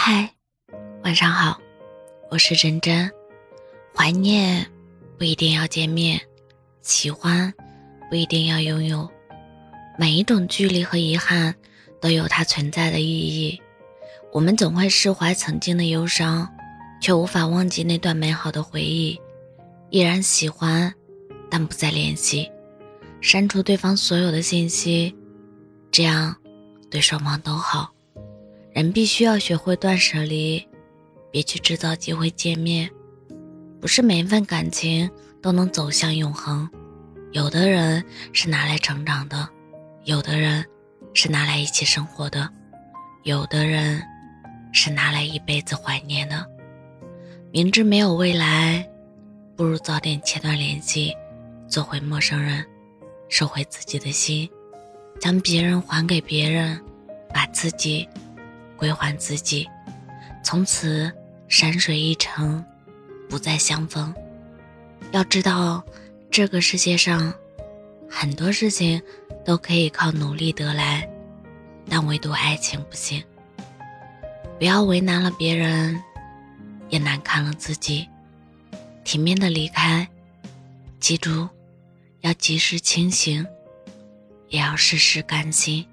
嗨，晚上好，我是真真。怀念不一定要见面，喜欢不一定要拥有，每一种距离和遗憾都有它存在的意义。我们总会释怀曾经的忧伤，却无法忘记那段美好的回忆。依然喜欢，但不再联系，删除对方所有的信息，这样对双方都好。人必须要学会断舍离，别去制造机会见面。不是每一份感情都能走向永恒，有的人是拿来成长的，有的人是拿来一起生活的，有的人是拿来一辈子怀念的。明知没有未来，不如早点切断联系，做回陌生人，收回自己的心，将别人还给别人，把自己归还自己，从此山水一程，不再相逢。要知道，这个世界上很多事情都可以靠努力得来，但唯独爱情不行。不要为难了别人，也难堪了自己，体面的离开。记住，要及时清醒，也要时时甘心。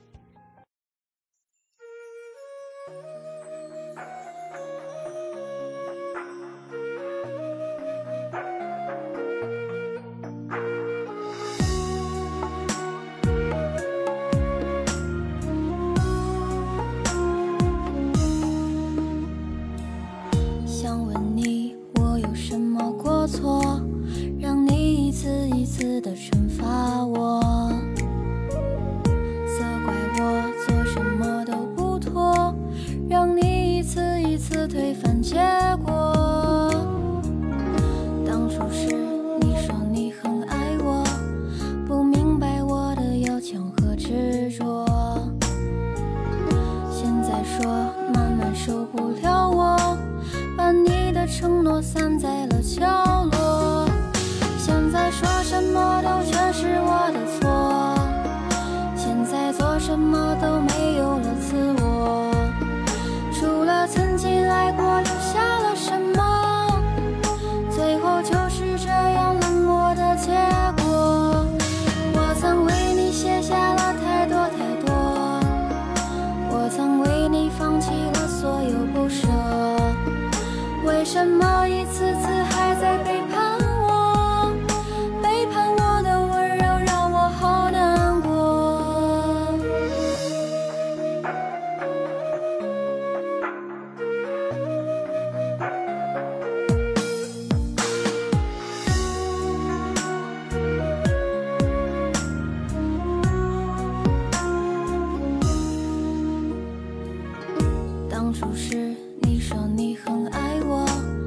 想问你，我有什么过错，让你一次一次地惩罚我，责怪我做什么都不妥，让你一次一次推翻结果。当初是你说你很爱我，不明白我的要强和执着，现在说慢慢受不了我，把你的承诺散在了角落。现在说什么都全是我的错，现在做什么都没有了自我，除了曾经爱过留下了什么，最后就是这样冷漠的结果。我曾为你写下了太多太多，我曾为你放弃了所有不舍，为什么一次次还在背叛我？背叛我的温柔让我好难过。当初是你说你很爱我，